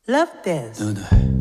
Love Dance。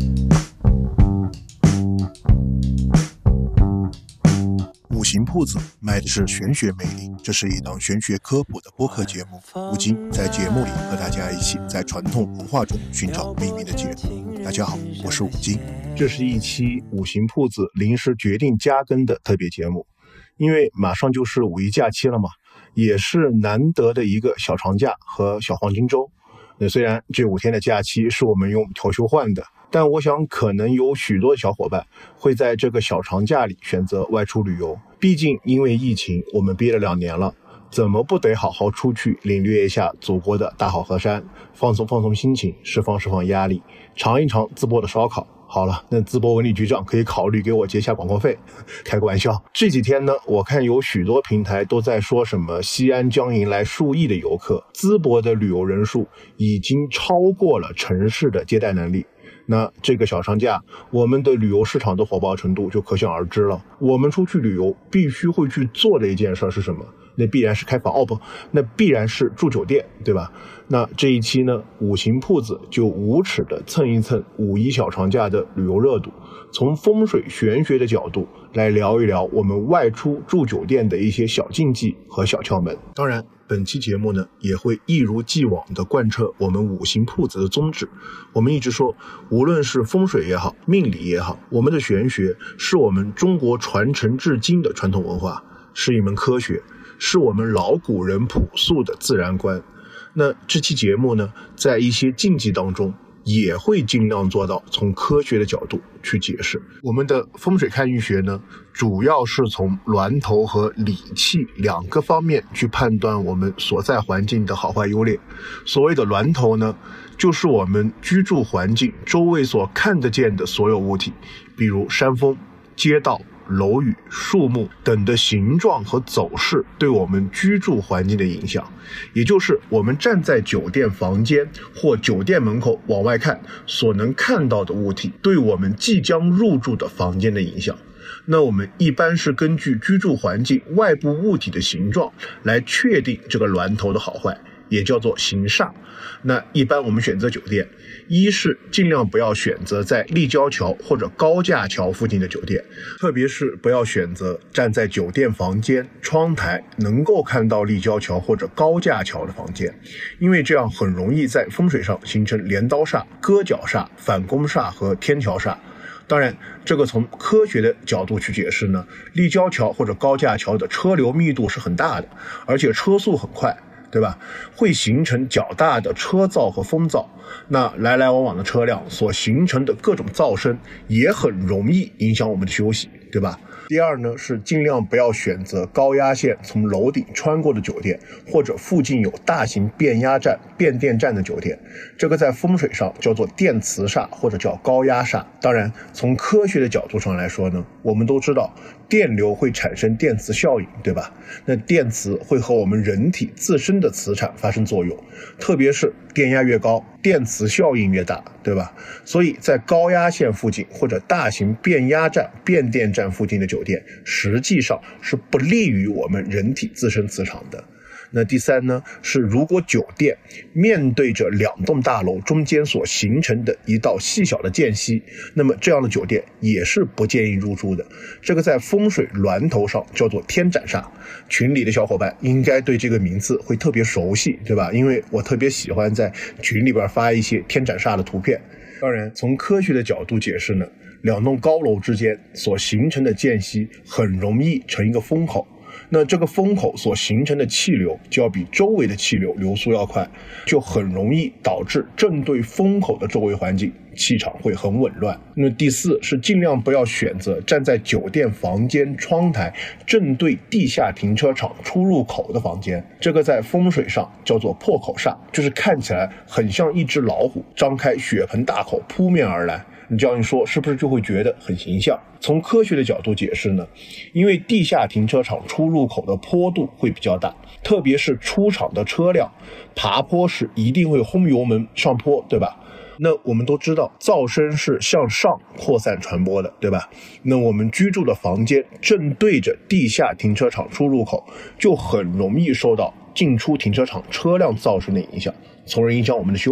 五行铺子卖的是玄学魅力，这是一档玄学科普的播客节目。吴京在节目里和大家一起在传统文化中寻找秘密的解。大家好，我是吴京。这是一期五行铺子临时决定加更的特别节目，因为马上就是五一假期了嘛，也是难得的一个小长假和小黄金周。虽然这5天的假期是我们用调休换的，但我想可能有许多小伙伴会在这个小长假里选择外出旅游。毕竟因为疫情我们憋了2年了，怎么不得好好出去领略一下祖国的大好河山，放松放松心情，释放压力，尝一尝淄博的烧烤。好了，那淄博文旅局长可以考虑给我结下广告费，开个玩笑。这几天呢，我看有许多平台都在说什么西安将迎来数亿的游客，淄博的旅游人数已经超过了城市的接待能力。那这个小长假，我们的旅游市场的火爆程度就可想而知了。我们出去旅游必须会去做的一件事是什么？那必然是开房那必然是住酒店，对吧？那这一期呢，五行铺子就无耻的蹭一蹭五一小长假的旅游热度，从风水玄学的角度来聊一聊我们外出住酒店的一些小禁忌和小窍门。当然本期节目呢，也会一如既往的贯彻我们五行铺子的宗旨。我们一直说，无论是风水也好，命理也好，我们的玄学是我们中国传承至今的传统文化，是一门科学，是我们老古人朴素的自然观。那这期节目呢，在一些禁忌当中也会尽量做到从科学的角度去解释。我们的风水看运学呢，主要是从峦头和理气2个方面去判断我们所在环境的好坏优劣。所谓的峦头呢，就是我们居住环境周围所看得见的所有物体，比如山峰、街道、楼宇、树木等的形状和走势对我们居住环境的影响，也就是我们站在酒店房间或酒店门口往外看所能看到的物体对我们即将入住的房间的影响。那我们一般是根据居住环境外部物体的形状来确定这个峦头的好坏，也叫做形煞。那一般我们选择酒店，一是尽量不要选择在立交桥或者高架桥附近的酒店，特别是不要选择站在酒店房间窗台能够看到立交桥或者高架桥的房间，因为这样很容易在风水上形成镰刀煞、割脚煞、反弓煞和天桥煞。当然这个从科学的角度去解释呢，立交桥或者高架桥的车流密度是很大的，而且车速很快，对吧？会形成较大的车噪和风噪，那来来往往的车辆所形成的各种噪声也很容易影响我们的休息，对吧？第二呢，是尽量不要选择高压线从楼顶穿过的酒店，或者附近有大型变压站、变电站的酒店，这个在风水上叫做电磁煞或者叫高压煞。当然从科学的角度上来说呢，我们都知道电流会产生电磁效应，对吧？那电磁会和我们人体自身的磁场发生作用，特别是电压越高，电磁效应越大，对吧？所以在高压线附近或者大型变压站、变电站附近的酒店实际上是不利于我们人体自身磁场的。那第三呢，是如果酒店面对着2栋大楼中间所形成的一道细小的间隙，那么这样的酒店也是不建议入住的。这个在风水峦头上叫做天斩煞，群里的小伙伴应该对这个名字会特别熟悉，对吧？因为我特别喜欢在群里边发一些天斩煞的图片。当然从科学的角度解释呢，2栋高楼之间所形成的间隙很容易成一个风口，那这个风口所形成的气流就要比周围的气流流速要快，就很容易导致正对风口的周围环境气场会很紊乱。那么第四是尽量不要选择站在酒店房间窗台正对地下停车场出入口的房间，这个在风水上叫做破口煞，就是看起来很像一只老虎张开血盆大口扑面而来。你这样一说，是不是就会觉得很形象？从科学的角度解释呢，因为地下停车场出入口的坡度会比较大，特别是出厂的车辆爬坡时一定会轰油门上坡，对吧？那我们都知道噪声是向上扩散传播的，对吧？那我们居住的房间正对着地下停车场出入口，就很容易受到进出停车场车辆噪声的影响，从而影响我们的休息，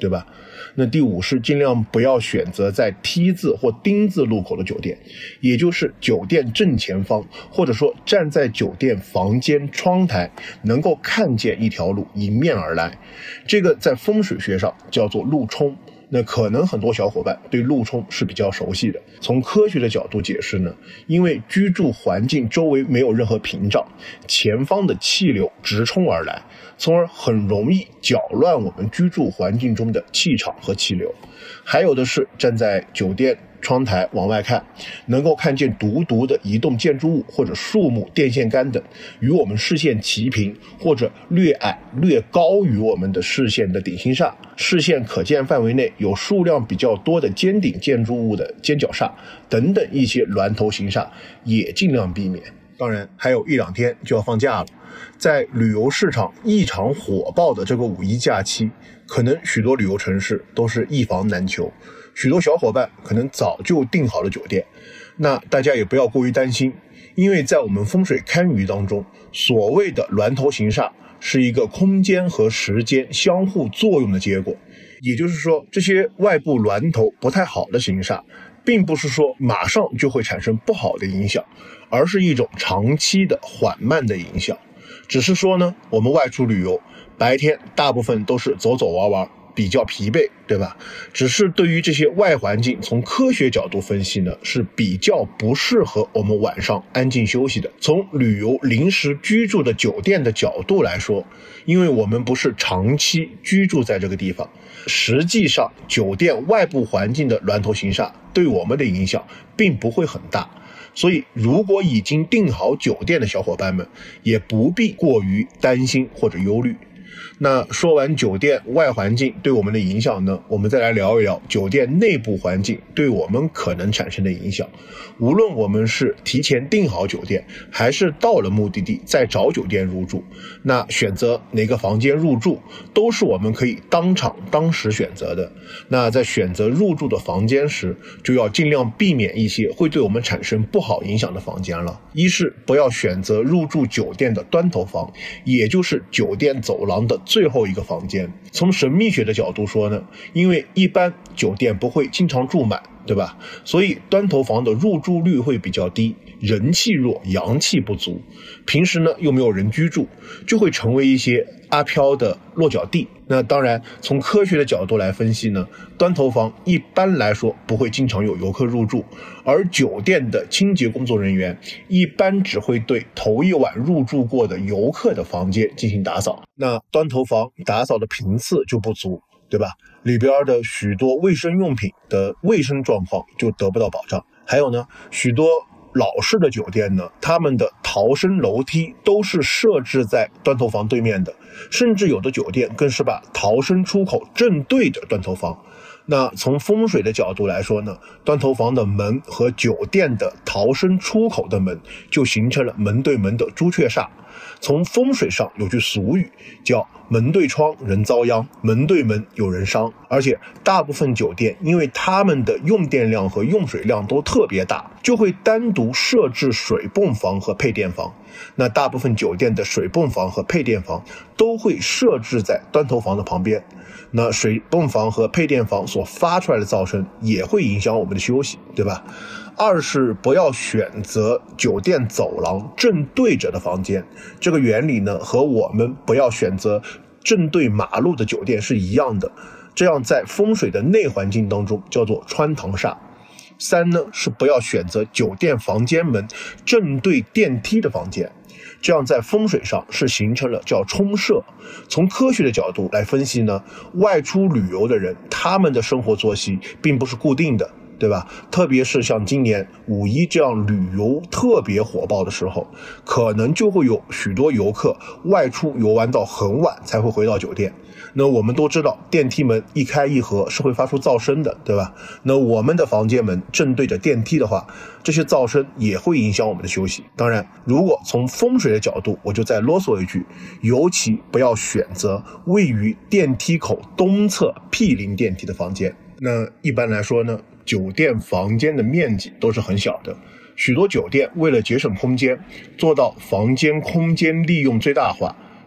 对吧？那第5是尽量不要选择在 T 字或丁字路口的酒店，也就是酒店正前方，或者说站在酒店房间窗台能够看见一条路迎面而来，这个在风水学上叫做路冲。那可能很多小伙伴对路冲是比较熟悉的。从科学的角度解释呢，因为居住环境周围没有任何屏障，前方的气流直冲而来，从而很容易搅乱我们居住环境中的气场和气流。还有的是站在酒店窗台往外看，能够看见独独的移动建筑物或者树木、电线杆等与我们视线齐平或者略矮略高于我们的视线的顶心煞，视线可见范围内有数量比较多的尖顶建筑物的尖角煞等等一些峦头形煞也尽量避免。当然还有1-2天就要放假了，在旅游市场异常火爆的这个5一假期，可能许多旅游城市都是一房难求，许多小伙伴可能早就订好了酒店。那大家也不要过于担心，因为在我们风水堪舆当中，所谓的峦头形煞是一个空间和时间相互作用的结果，也就是说这些外部峦头不太好的形煞并不是说马上就会产生不好的影响，而是一种长期的缓慢的影响。只是说呢，我们外出旅游白天大部分都是走走玩玩，比较疲惫，对吧？只是对于这些外环境从科学角度分析呢，是比较不适合我们晚上安静休息的。从旅游临时居住的酒店的角度来说，因为我们不是长期居住在这个地方，实际上酒店外部环境的峦头形煞对我们的影响并不会很大。所以如果已经订好酒店的小伙伴们，也不必过于担心或者忧虑。那说完酒店外环境对我们的影响呢，我们再来聊一聊酒店内部环境对我们可能产生的影响。无论我们是提前订好酒店，还是到了目的地再找酒店入住，那选择哪个房间入住都是我们可以当时选择的。那在选择入住的房间时，就要尽量避免一些会对我们产生不好影响的房间了。一是不要选择入住酒店的端头房，也就是酒店走廊的最后一个房间。从神秘学的角度说呢，因为一般酒店不会经常住满，对吧？所以端头房的入住率会比较低，人气弱，阳气不足，平时呢又没有人居住，就会成为一些阿飘的落脚地。那当然从科学的角度来分析呢，端头房一般来说不会经常有游客入住，而酒店的清洁工作人员一般只会对头一晚入住过的游客的房间进行打扫，那端头房打扫的频次就不足，对吧？里边的许多卫生用品的卫生状况就得不到保障。还有呢，许多老式的酒店呢，他们的逃生楼梯都是设置在端头房对面的，甚至有的酒店更是把逃生出口正对着端头房。那从风水的角度来说呢，端头房的门和酒店的逃生出口的门就形成了门对门的朱雀煞。从风水上有句俗语叫门对窗人遭殃，门对门有人伤。而且大部分酒店因为他们的用电量和用水量都特别大，就会单独设置水泵房和配电房。那大部分酒店的水泵房和配电房都会设置在端头房的旁边，那水泵房和配电房所发出来的噪声也会影响我们的休息，对吧？二是不要选择酒店走廊正对着的房间，这个原理呢和我们不要选择正对马路的酒店是一样的，这样在风水的内环境当中叫做穿堂煞。三呢是不要选择酒店房间门正对电梯的房间，这样在风水上是形成了叫冲射。从科学的角度来分析呢，外出旅游的人他们的生活作息并不是固定的，对吧？特别是像今年5一这样旅游特别火爆的时候，可能就会有许多游客外出游玩到很晚才会回到酒店。那我们都知道电梯门一开一合是会发出噪声的，对吧？那我们的房间门正对着电梯的话，这些噪声也会影响我们的休息。当然如果从风水的角度，我就再啰嗦一句，尤其不要选择位于电梯口东侧毗邻电梯的房间。那一般来说呢，酒店房间的面积都是很小的，许多酒店为了节省空间，做到房间空间利用最大化，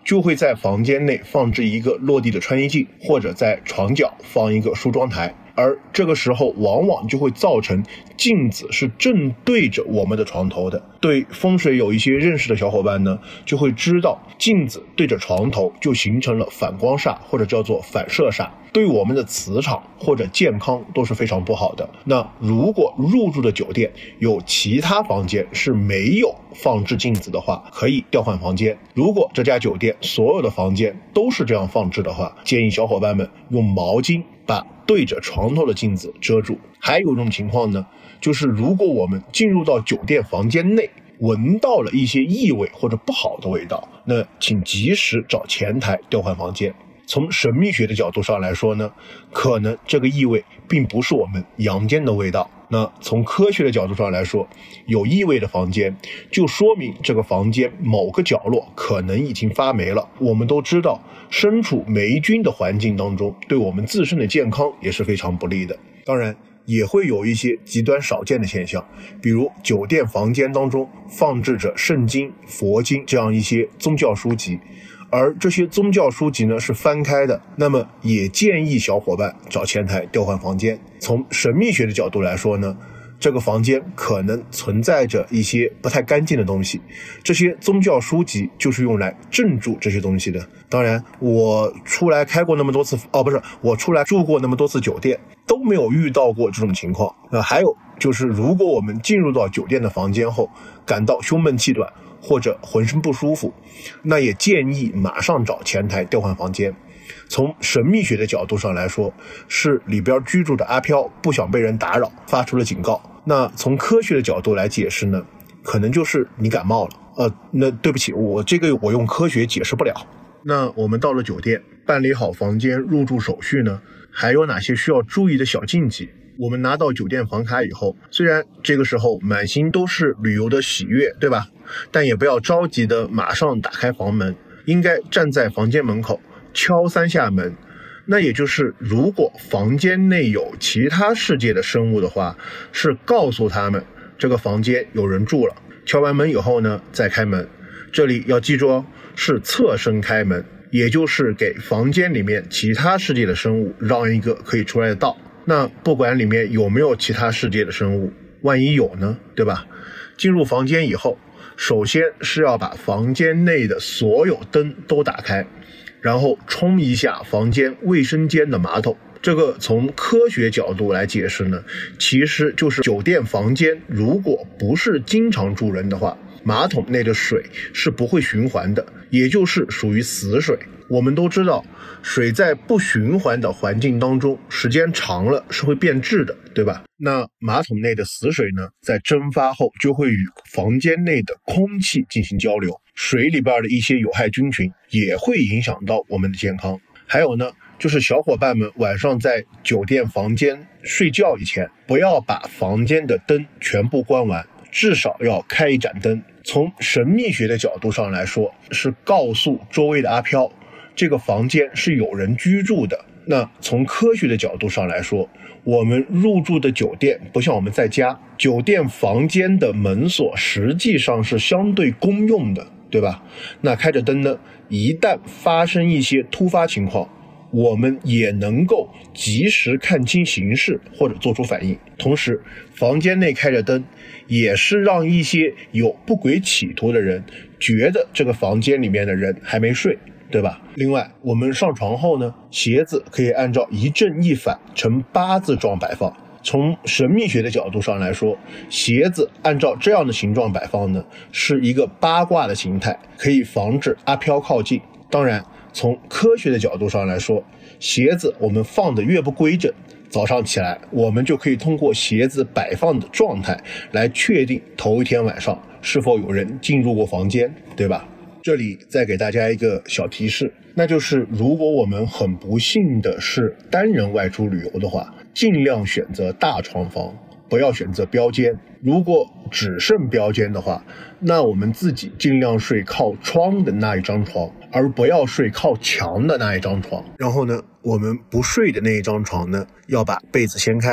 就会在房间内放置一个落地的穿衣镜，或者在床角放一个梳妆台，而这个时候往往就会造成镜子是正对着我们的床头的。对风水有一些认识的小伙伴呢，就会知道镜子对着床头就形成了反光煞，或者叫做反射煞，对我们的磁场或者健康都是非常不好的。那如果入住的酒店有其他房间是没有放置镜子的话，可以调换房间。如果这家酒店所有的房间都是这样放置的话，建议小伙伴们用毛巾把对着床头的镜子遮住。还有一种情况呢，就是如果我们进入到酒店房间内，闻到了一些异味或者不好的味道，那请及时找前台调换房间。从神秘学的角度上来说呢，可能这个异味并不是我们阳间的味道。那从科学的角度上来说，有异味的房间就说明这个房间某个角落可能已经发霉了。我们都知道，身处霉菌的环境当中，对我们自身的健康也是非常不利的。当然也会有一些极端少见的现象，比如酒店房间当中放置着圣经、佛经这样一些宗教书籍，而这些宗教书籍呢是翻开的，那么也建议小伙伴找前台调换房间。从神秘学的角度来说呢，这个房间可能存在着一些不太干净的东西，这些宗教书籍就是用来镇住这些东西的。当然我出来开过那么多次我出来住过那么多次酒店，都没有遇到过这种情况。还有就是如果我们进入到酒店的房间后感到胸闷气短或者浑身不舒服，那也建议马上找前台调换房间。从神秘学的角度上来说，是里边居住的阿飘不想被人打扰，发出了警告。那从科学的角度来解释呢，可能就是你感冒了。那对不起，我用科学解释不了。那我们到了酒店，办理好房间入住手续呢，还有哪些需要注意的小禁忌？我们拿到酒店房卡以后，虽然这个时候满心都是旅游的喜悦，对吧？但也不要着急的马上打开房门，应该站在房间门口敲3下门。那也就是如果房间内有其他世界的生物的话，是告诉他们这个房间有人住了。敲完门以后呢，再开门。这里要记住哦，是侧身开门，也就是给房间里面其他世界的生物让一个可以出来的道。那不管里面有没有其他世界的生物，万一有呢，对吧？进入房间以后，首先是要把房间内的所有灯都打开，然后冲一下房间卫生间的马桶。这个从科学角度来解释呢，其实就是酒店房间如果不是经常住人的话，马桶内的水是不会循环的，也就是属于死水。我们都知道，水在不循环的环境当中，时间长了是会变质的，对吧？那马桶内的死水呢，在蒸发后就会与房间内的空气进行交流，水里边的一些有害菌群也会影响到我们的健康。还有呢，就是小伙伴们晚上在酒店房间睡觉以前，不要把房间的灯全部关完，至少要开一盏灯。从神秘学的角度上来说，是告诉周围的阿飘这个房间是有人居住的。那从科学的角度上来说，我们入住的酒店不像我们在家，酒店房间的门锁实际上是相对公用的，对吧？那开着灯呢，一旦发生一些突发情况，我们也能够及时看清形势或者做出反应。同时房间内开着灯，也是让一些有不轨企图的人觉得这个房间里面的人还没睡，对吧？另外我们上床后呢，鞋子可以按照一正一反呈8字状摆放。从神秘学的角度上来说，鞋子按照这样的形状摆放呢，是一个八卦的形态，可以防止阿飘靠近。当然从科学的角度上来说，鞋子我们放的越不规整，早上起来我们就可以通过鞋子摆放的状态来确定头一天晚上是否有人进入过房间，对吧？这里再给大家一个小提示，那就是如果我们很不幸的是单人外出旅游的话，尽量选择大床房，不要选择标间。如果只剩标间的话，那我们自己尽量睡靠窗的那一张床，而不要睡靠墙的那一张床。然后呢，我们不睡的那一张床呢，要把被子掀开，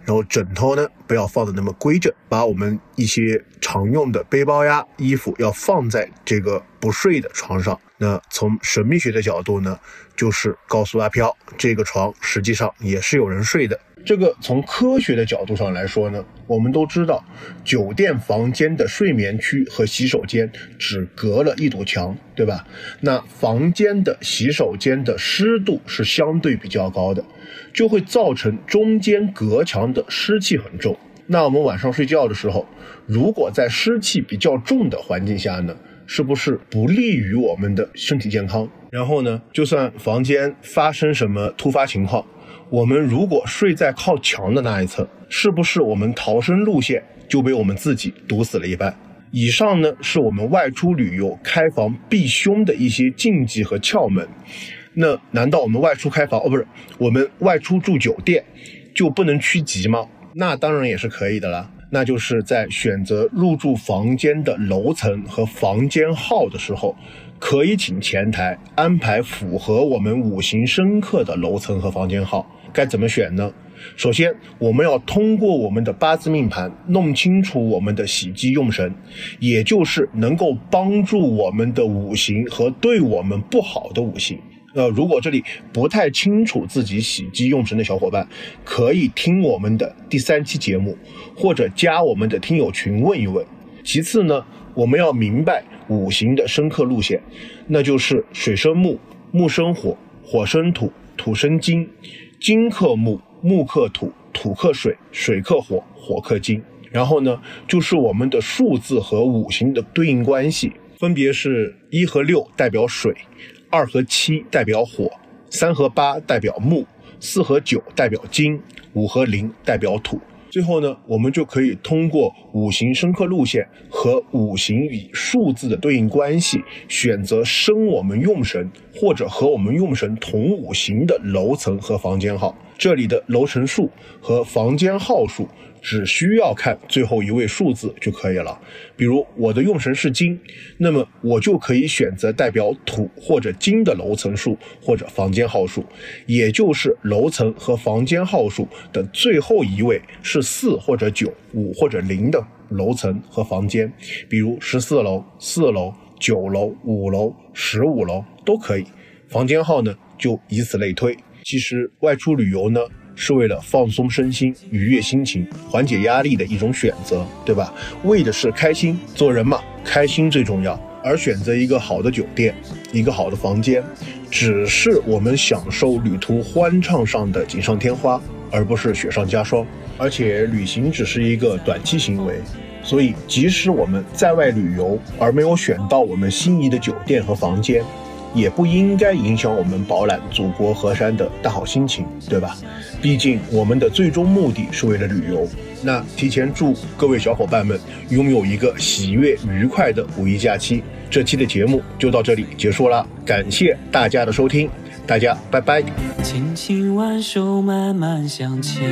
然后枕头呢不要放的那么规整，把我们一些常用的背包呀、衣服要放在这个不睡的床上。那从神秘学的角度呢，就是告诉阿飘，这个床实际上也是有人睡的。这个从科学的角度上来说呢，我们都知道酒店房间的睡眠区和洗手间只隔了一堵墙，对吧？那房间的洗手间的湿度是相对比较高的，就会造成中间隔墙的湿气很重。那我们晚上睡觉的时候，如果在湿气比较重的环境下呢，是不是不利于我们的身体健康？然后呢，就算房间发生什么突发情况，我们如果睡在靠墙的那一侧，是不是我们逃生路线就被我们自己堵死了一半？以上呢，是我们外出旅游开房避凶的一些禁忌和窍门。那难道我们外出开房我们外出住酒店就不能趋吉吗？那当然也是可以的啦。那就是在选择入住房间的楼层和房间号的时候，可以请前台安排符合我们五行生克的楼层和房间号。该怎么选呢？首先，我们要通过我们的八字命盘弄清楚我们的喜忌用神，也就是能够帮助我们的五行和对我们不好的五行。如果这里不太清楚自己喜忌用神的小伙伴，可以听我们的第3期节目，或者加我们的听友群问一问。其次呢，我们要明白五行的生克路线，那就是水生木，木生火，火生土，土生金，金克木，木克土，土克水，水克火，火克金。然后呢，就是我们的数字和五行的对应关系，分别是1和6代表水，2和7代表火，3和8代表木，4和9代表金，5和0代表土。最后呢，我们就可以通过五行生克路线和五行与数字的对应关系，选择生我们用神或者和我们用神同五行的楼层和房间号。这里的楼层数和房间号数只需要看最后一位数字就可以了。比如我的用神是金，那么我就可以选择代表土或者金的楼层数或者房间号数，也就是楼层和房间号数的最后一位是4或者9、5或者0的楼层和房间，比如14楼、4楼、9楼、5楼、15楼都可以。房间号呢，就以此类推。其实外出旅游呢，是为了放松身心、愉悦心情、缓解压力的一种选择，对吧？为的是开心，做人嘛，开心最重要。而选择一个好的酒店、一个好的房间，只是我们享受旅途欢畅上的锦上添花，而不是雪上加霜。而且旅行只是一个短期行为，所以即使我们在外旅游而没有选到我们心仪的酒店和房间，也不应该影响我们饱览祖国河山的大好心情，对吧？毕竟我们的最终目的是为了旅游。那提前祝各位小伙伴们拥有一个喜悦愉快的5一假期。这期的节目就到这里结束了，感谢大家的收听，大家拜拜。 轻轻挽手慢慢向前，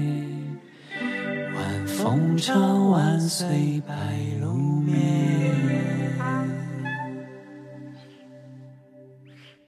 晚风长万岁白露眠。